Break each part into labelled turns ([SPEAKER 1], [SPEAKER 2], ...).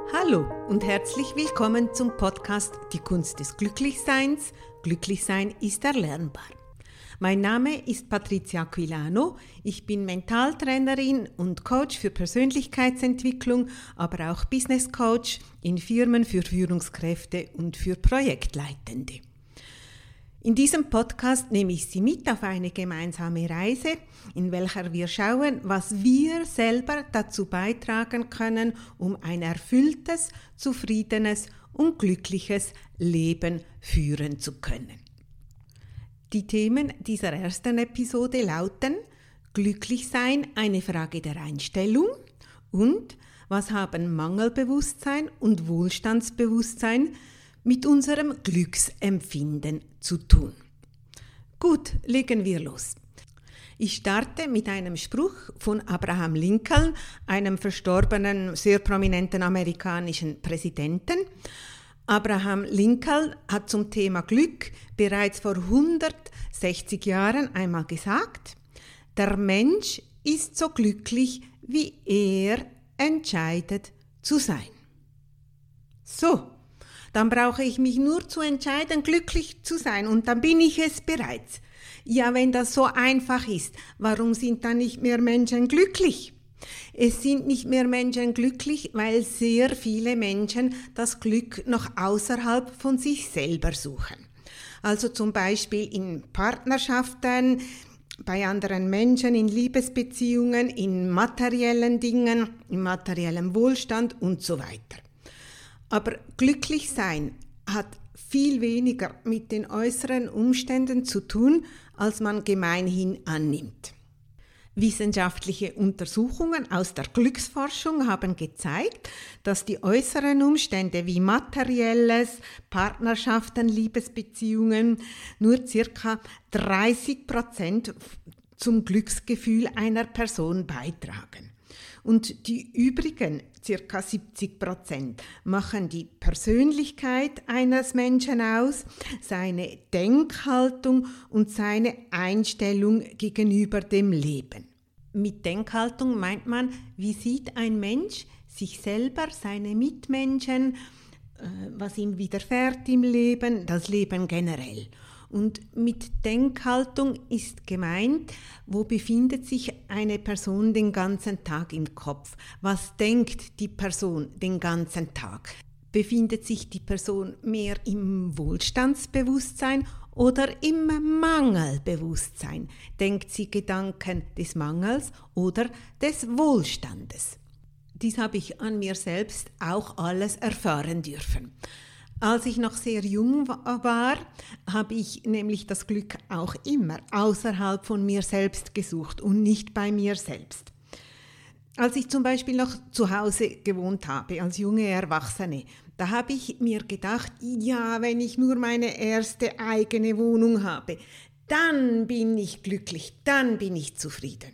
[SPEAKER 1] Hallo und herzlich willkommen zum Podcast Die Kunst des Glücklichseins. Glücklichsein ist erlernbar. Mein Name ist Patricia Aquilano. Ich bin Mentaltrainerin und Coach für Persönlichkeitsentwicklung, aber auch Business Coach in Firmen für Führungskräfte und für Projektleitende. In diesem Podcast nehme ich Sie mit auf eine gemeinsame Reise, in welcher wir schauen, was wir selber dazu beitragen können, um ein erfülltes, zufriedenes und glückliches Leben führen zu können. Die Themen dieser ersten Episode lauten: Glücklichsein, eine Frage der Einstellung, und was haben Mangelbewusstsein und Wohlstandsbewusstsein mit unserem Glücksempfinden zu tun. Gut, legen wir los. Ich starte mit einem Spruch von Abraham Lincoln, einem verstorbenen, sehr prominenten amerikanischen Präsidenten. Abraham Lincoln hat zum Thema Glück bereits vor 160 Jahren einmal gesagt: Der Mensch ist so glücklich, wie er entscheidet zu sein. So. Dann brauche ich mich nur zu entscheiden, glücklich zu sein, und dann bin ich es bereits. Ja, wenn das so einfach ist, warum sind dann nicht mehr Menschen glücklich? Es sind nicht mehr Menschen glücklich, weil sehr viele Menschen das Glück noch außerhalb von sich selber suchen. Also zum Beispiel in Partnerschaften, bei anderen Menschen, in Liebesbeziehungen, in materiellen Dingen, in materiellem Wohlstand und so weiter. Aber glücklich sein hat viel weniger mit den äußeren Umständen zu tun, als man gemeinhin annimmt. Wissenschaftliche Untersuchungen aus der Glücksforschung haben gezeigt, dass die äußeren Umstände wie materielles, Partnerschaften, Liebesbeziehungen nur ca. 30% zum Glücksgefühl einer Person beitragen. Und die übrigen ca. 70% machen die Persönlichkeit eines Menschen aus, seine Denkhaltung und seine Einstellung gegenüber dem Leben. Mit Denkhaltung meint man, wie sieht ein Mensch sich selber, seine Mitmenschen, was ihm widerfährt im Leben, das Leben generell. Und mit Denkhaltung ist gemeint, wo befindet sich eine Person den ganzen Tag im Kopf? Was denkt die Person den ganzen Tag? Befindet sich die Person mehr im Wohlstandsbewusstsein oder im Mangelbewusstsein? Denkt sie Gedanken des Mangels oder des Wohlstandes? Dies habe ich an mir selbst auch alles erfahren dürfen. Als ich noch sehr jung war, habe ich nämlich das Glück auch immer außerhalb von mir selbst gesucht und nicht bei mir selbst. Als ich zum Beispiel noch zu Hause gewohnt habe, als junge Erwachsene, da habe ich mir gedacht, ja, wenn ich nur meine erste eigene Wohnung habe, dann bin ich glücklich, dann bin ich zufrieden.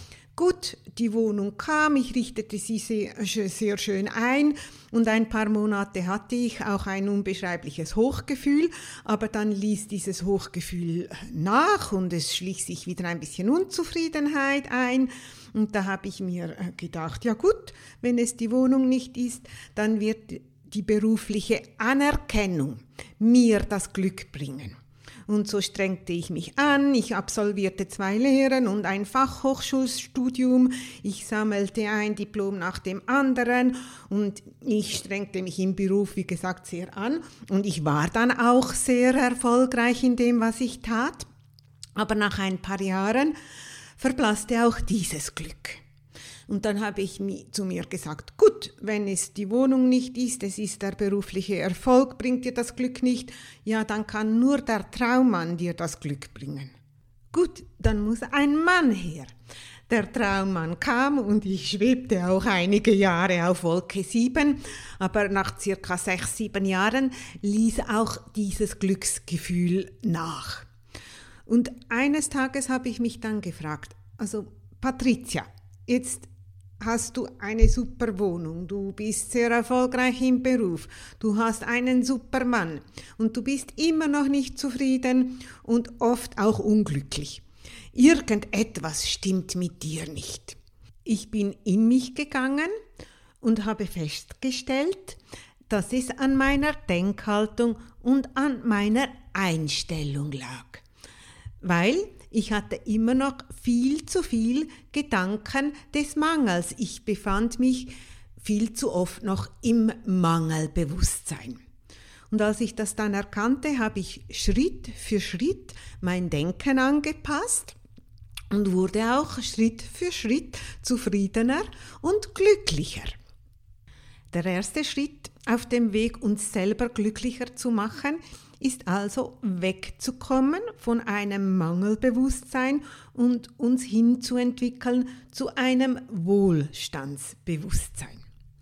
[SPEAKER 1] Gut, die Wohnung kam, ich richtete sie sehr schön ein und ein paar Monate hatte ich auch ein unbeschreibliches Hochgefühl, aber dann ließ dieses Hochgefühl nach und es schlich sich wieder ein bisschen Unzufriedenheit ein, und da habe ich mir gedacht, ja gut, wenn es die Wohnung nicht ist, dann wird die berufliche Anerkennung mir das Glück bringen. Und so strengte ich mich an, ich absolvierte 2 Lehren und ein Fachhochschulstudium, ich sammelte ein Diplom nach dem anderen und ich strengte mich im Beruf, wie gesagt, sehr an. Und ich war dann auch sehr erfolgreich in dem, was ich tat. Aber nach ein paar Jahren verblasste auch dieses Glück. Und dann habe ich zu mir gesagt, gut, wenn es die Wohnung nicht ist, es ist der berufliche Erfolg, bringt dir das Glück nicht, ja, dann kann nur der Traummann dir das Glück bringen. Gut, dann muss ein Mann her. Der Traummann kam und ich schwebte auch einige Jahre auf Wolke 7, aber nach circa 6-7 Jahren ließ auch dieses Glücksgefühl nach. Und eines Tages habe ich mich dann gefragt, also Patricia, jetzt hast du eine super Wohnung, du bist sehr erfolgreich im Beruf, du hast einen super Mann und du bist immer noch nicht zufrieden und oft auch unglücklich. Irgendetwas stimmt mit dir nicht. Ich bin in mich gegangen und habe festgestellt, dass es an meiner Denkhaltung und an meiner Einstellung lag. Weil ich hatte immer noch viel zu viel Gedanken des Mangels. Ich befand mich viel zu oft noch im Mangelbewusstsein. Und als ich das dann erkannte, habe ich Schritt für Schritt mein Denken angepasst und wurde auch Schritt für Schritt zufriedener und glücklicher. Der erste Schritt auf dem Weg, uns selber glücklicher zu machen, ist also wegzukommen von einem Mangelbewusstsein und uns hinzuentwickeln zu einem Wohlstandsbewusstsein.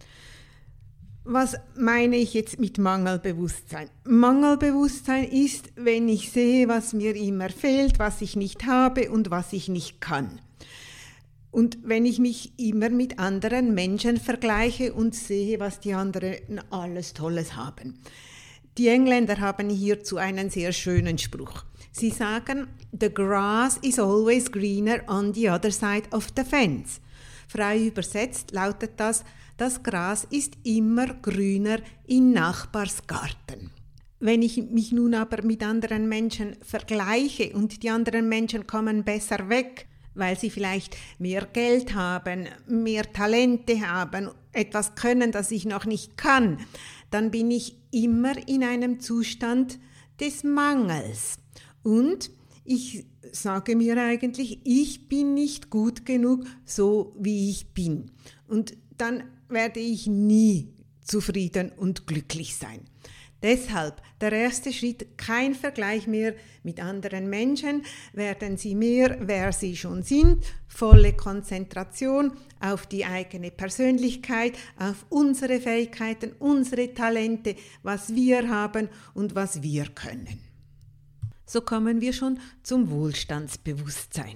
[SPEAKER 1] Was meine ich jetzt mit Mangelbewusstsein? Mangelbewusstsein ist, wenn ich sehe, was mir immer fehlt, was ich nicht habe und was ich nicht kann. Und wenn ich mich immer mit anderen Menschen vergleiche und sehe, was die anderen alles Tolles haben. Die Engländer haben hierzu einen sehr schönen Spruch. Sie sagen, "The grass is always greener on the other side of the fence." Frei übersetzt lautet das Gras ist immer grüner in Nachbars Garten. Wenn ich mich nun aber mit anderen Menschen vergleiche und die anderen Menschen kommen besser weg, weil sie vielleicht mehr Geld haben, mehr Talente haben, etwas können, das ich noch nicht kann, dann bin ich immer in einem Zustand des Mangels. Und ich sage mir eigentlich, ich bin nicht gut genug, so wie ich bin. Und dann werde ich nie zufrieden und glücklich sein. Deshalb der erste Schritt, kein Vergleich mehr mit anderen Menschen, werden Sie mehr, wer Sie schon sind, volle Konzentration auf die eigene Persönlichkeit, auf unsere Fähigkeiten, unsere Talente, was wir haben und was wir können. So kommen wir schon zum Wohlstandsbewusstsein.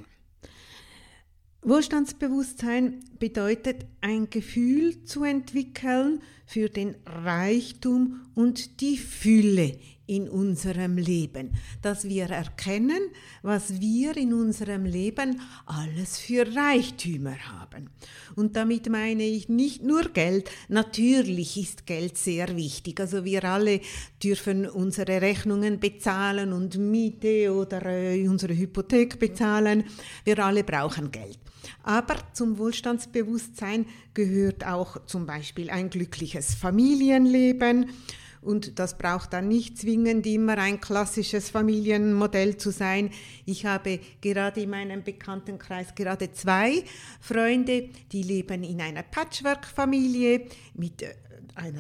[SPEAKER 1] Wohlstandsbewusstsein bedeutet, ein Gefühl zu entwickeln für den Reichtum und die Fülle in unserem Leben, dass wir erkennen, was wir in unserem Leben alles für Reichtümer haben. Und damit meine ich nicht nur Geld, natürlich ist Geld sehr wichtig, also wir alle dürfen unsere Rechnungen bezahlen und Miete oder unsere Hypothek bezahlen, wir alle brauchen Geld. Aber zum Wohlstandsbewusstsein gehört auch zum Beispiel ein glückliches Familienleben. Und das braucht dann nicht zwingend immer ein klassisches Familienmodell zu sein. Ich habe gerade in meinem Bekanntenkreis gerade 2 Freunde, die leben in einer Patchwork-Familie mit einer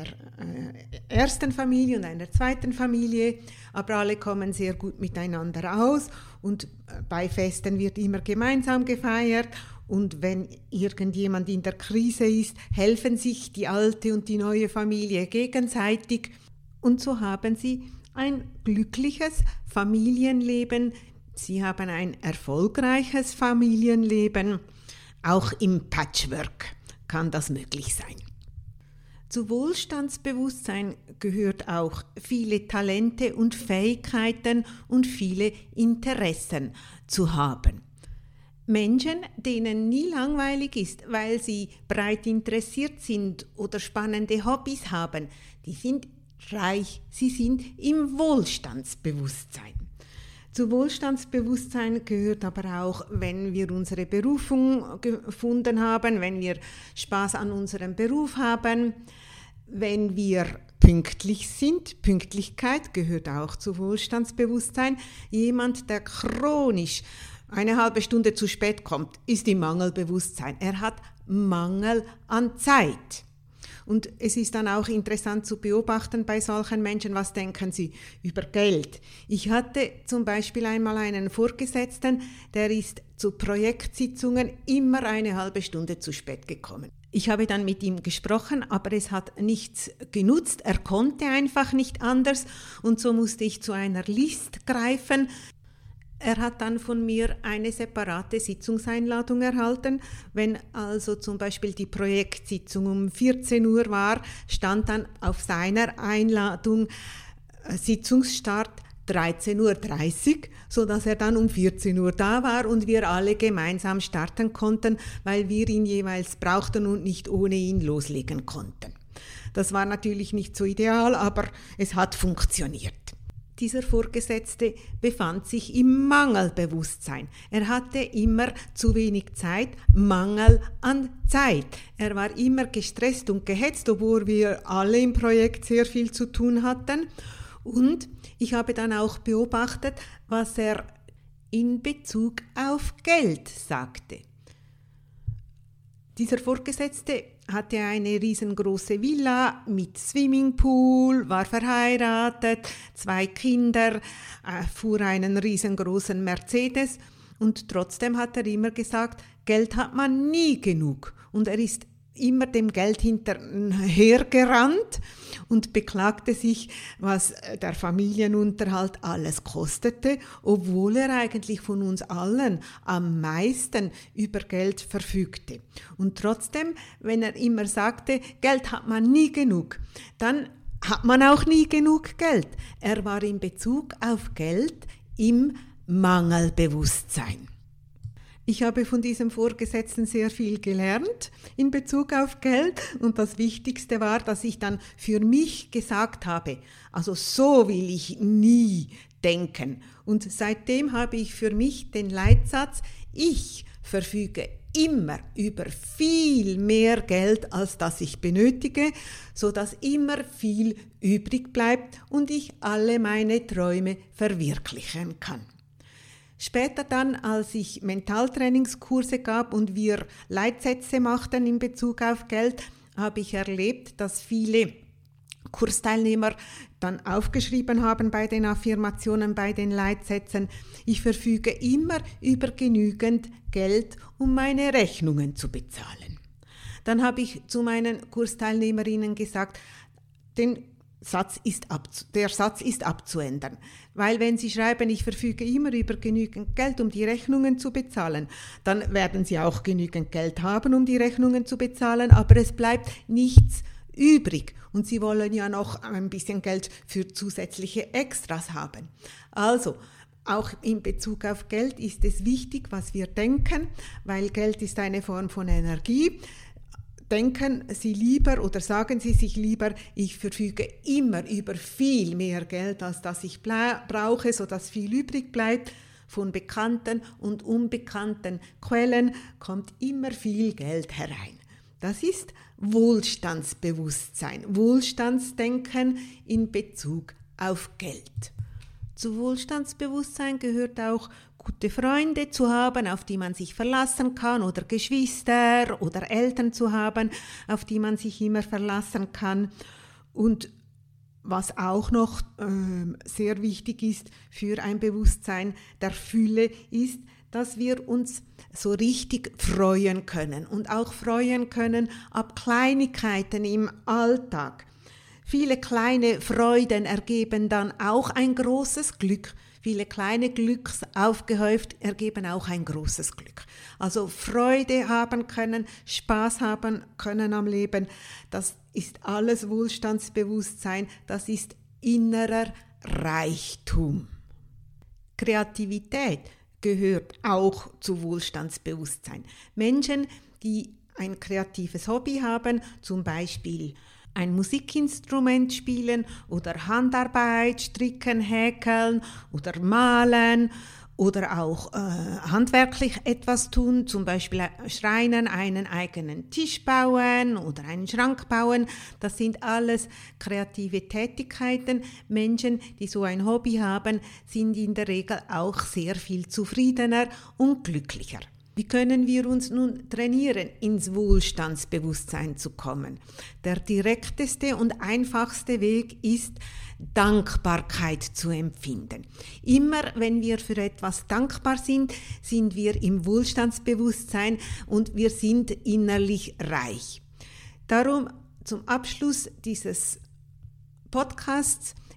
[SPEAKER 1] ersten Familie und einer zweiten Familie, aber alle kommen sehr gut miteinander aus und bei Festen wird immer gemeinsam gefeiert. Und wenn irgendjemand in der Krise ist, helfen sich die alte und die neue Familie gegenseitig. Und so haben sie ein glückliches Familienleben. Sie haben ein erfolgreiches Familienleben. Auch im Patchwork kann das möglich sein. Zu Wohlstandsbewusstsein gehört auch viele Talente und Fähigkeiten und viele Interessen zu haben. Menschen, denen nie langweilig ist, weil sie breit interessiert sind oder spannende Hobbys haben, die sind reich, sie sind im Wohlstandsbewusstsein. Zu Wohlstandsbewusstsein gehört aber auch, wenn wir unsere Berufung gefunden haben, wenn wir Spaß an unserem Beruf haben, wenn wir pünktlich sind. Pünktlichkeit gehört auch zu Wohlstandsbewusstsein. Jemand, der chronisch eine halbe Stunde zu spät kommt, ist im Mangelbewusstsein. Er hat Mangel an Zeit. Und es ist dann auch interessant zu beobachten bei solchen Menschen, was denken sie über Geld. Ich hatte zum Beispiel einmal einen Vorgesetzten, der ist zu Projektsitzungen immer eine halbe Stunde zu spät gekommen. Ich habe dann mit ihm gesprochen, aber es hat nichts genutzt. Er konnte einfach nicht anders und so musste ich zu einer List greifen. Er hat dann von mir eine separate Sitzungseinladung erhalten. Wenn also zum Beispiel die Projektsitzung um 14 Uhr war, stand dann auf seiner Einladung Sitzungsstart 13.30 Uhr, sodass er dann um 14 Uhr da war und wir alle gemeinsam starten konnten, weil wir ihn jeweils brauchten und nicht ohne ihn loslegen konnten. Das war natürlich nicht so ideal, aber es hat funktioniert. Dieser Vorgesetzte befand sich im Mangelbewusstsein. Er hatte immer zu wenig Zeit, Mangel an Zeit. Er war immer gestresst und gehetzt, obwohl wir alle im Projekt sehr viel zu tun hatten. Und ich habe dann auch beobachtet, was er in Bezug auf Geld sagte. Dieser Vorgesetzte hatte eine riesengroße Villa mit Swimmingpool, war verheiratet, 2 Kinder, fuhr einen riesengroßen Mercedes und trotzdem hat er immer gesagt, Geld hat man nie genug. Und er ist immer dem Geld hinterhergerannt und beklagte sich, was der Familienunterhalt alles kostete, obwohl er eigentlich von uns allen am meisten über Geld verfügte. Und trotzdem, wenn er immer sagte, Geld hat man nie genug, dann hat man auch nie genug Geld. Er war in Bezug auf Geld im Mangelbewusstsein. Ich habe von diesem Vorgesetzten sehr viel gelernt in Bezug auf Geld und das Wichtigste war, dass ich dann für mich gesagt habe, also so will ich nie denken. Und seitdem habe ich für mich den Leitsatz, ich verfüge immer über viel mehr Geld, als das ich benötige, sodass immer viel übrig bleibt und ich alle meine Träume verwirklichen kann. Später dann, als ich Mentaltrainingskurse gab und wir Leitsätze machten in Bezug auf Geld, habe ich erlebt, dass viele Kursteilnehmer dann aufgeschrieben haben bei den Affirmationen, bei den Leitsätzen, ich verfüge immer über genügend Geld, um meine Rechnungen zu bezahlen. Dann habe ich zu meinen Kursteilnehmerinnen gesagt, der Satz ist abzuändern, weil wenn Sie schreiben, ich verfüge immer über genügend Geld, um die Rechnungen zu bezahlen, dann werden Sie auch genügend Geld haben, um die Rechnungen zu bezahlen, aber es bleibt nichts übrig und Sie wollen ja noch ein bisschen Geld für zusätzliche Extras haben. Also, auch in Bezug auf Geld ist es wichtig, was wir denken, weil Geld ist eine Form von Energie. Denken Sie lieber oder sagen Sie sich lieber, ich verfüge immer über viel mehr Geld, als das ich brauche, sodass viel übrig bleibt. Von bekannten und unbekannten Quellen kommt immer viel Geld herein. Das ist Wohlstandsbewusstsein, Wohlstandsdenken in Bezug auf Geld. Zu Wohlstandsbewusstsein gehört auch, gute Freunde zu haben, auf die man sich verlassen kann, oder Geschwister oder Eltern zu haben, auf die man sich immer verlassen kann. Und was auch noch sehr wichtig ist für ein Bewusstsein der Fülle, ist, dass wir uns so richtig freuen können und auch freuen können ab Kleinigkeiten im Alltag. Viele kleine Freuden ergeben dann auch ein großes Glück. Viele kleine Glücks aufgehäuft ergeben auch ein großes Glück. Also Freude haben können, Spaß haben können am Leben, das ist alles Wohlstandsbewusstsein, das ist innerer Reichtum. Kreativität gehört auch zu Wohlstandsbewusstsein. Menschen, die ein kreatives Hobby haben, zum Beispiel ein Musikinstrument spielen oder Handarbeit, stricken, häkeln oder malen oder auch handwerklich etwas tun, zum Beispiel Schreinern, einen eigenen Tisch bauen oder einen Schrank bauen. Das sind alles kreative Tätigkeiten. Menschen, die so ein Hobby haben, sind in der Regel auch sehr viel zufriedener und glücklicher. Wie können wir uns nun trainieren, ins Wohlstandsbewusstsein zu kommen? Der direkteste und einfachste Weg ist, Dankbarkeit zu empfinden. Immer wenn wir für etwas dankbar sind, sind wir im Wohlstandsbewusstsein und wir sind innerlich reich. Darum zum Abschluss dieses Podcasts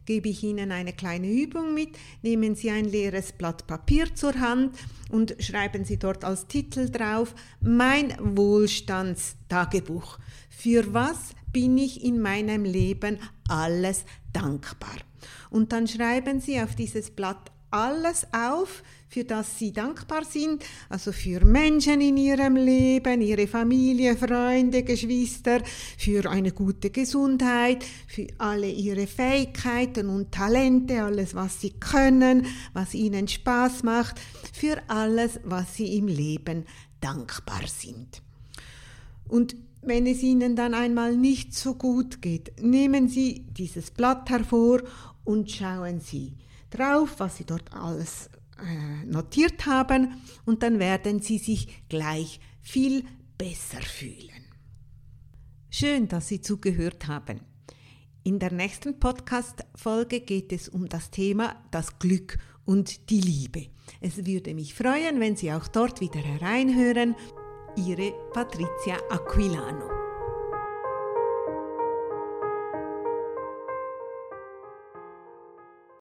[SPEAKER 1] gebe ich Ihnen eine kleine Übung mit. Nehmen Sie ein leeres Blatt Papier zur Hand und schreiben Sie dort als Titel drauf: Mein Wohlstandstagebuch. Für was bin ich in meinem Leben alles dankbar? Und dann schreiben Sie auf dieses Blatt alles auf, für das Sie dankbar sind, also für Menschen in Ihrem Leben, Ihre Familie, Freunde, Geschwister, für eine gute Gesundheit, für alle Ihre Fähigkeiten und Talente, alles, was Sie können, was Ihnen Spaß macht, für alles, was Sie im Leben dankbar sind. Und wenn es Ihnen dann einmal nicht so gut geht, nehmen Sie dieses Blatt hervor und schauen Sie drauf, was Sie dort alles notiert haben, und dann werden Sie sich gleich viel besser fühlen. Schön, dass Sie zugehört haben. In der nächsten Podcast-Folge geht es um das Thema das Glück und die Liebe. Es würde mich freuen, wenn Sie auch dort wieder hereinhören. Ihre Patrizia Aquilano.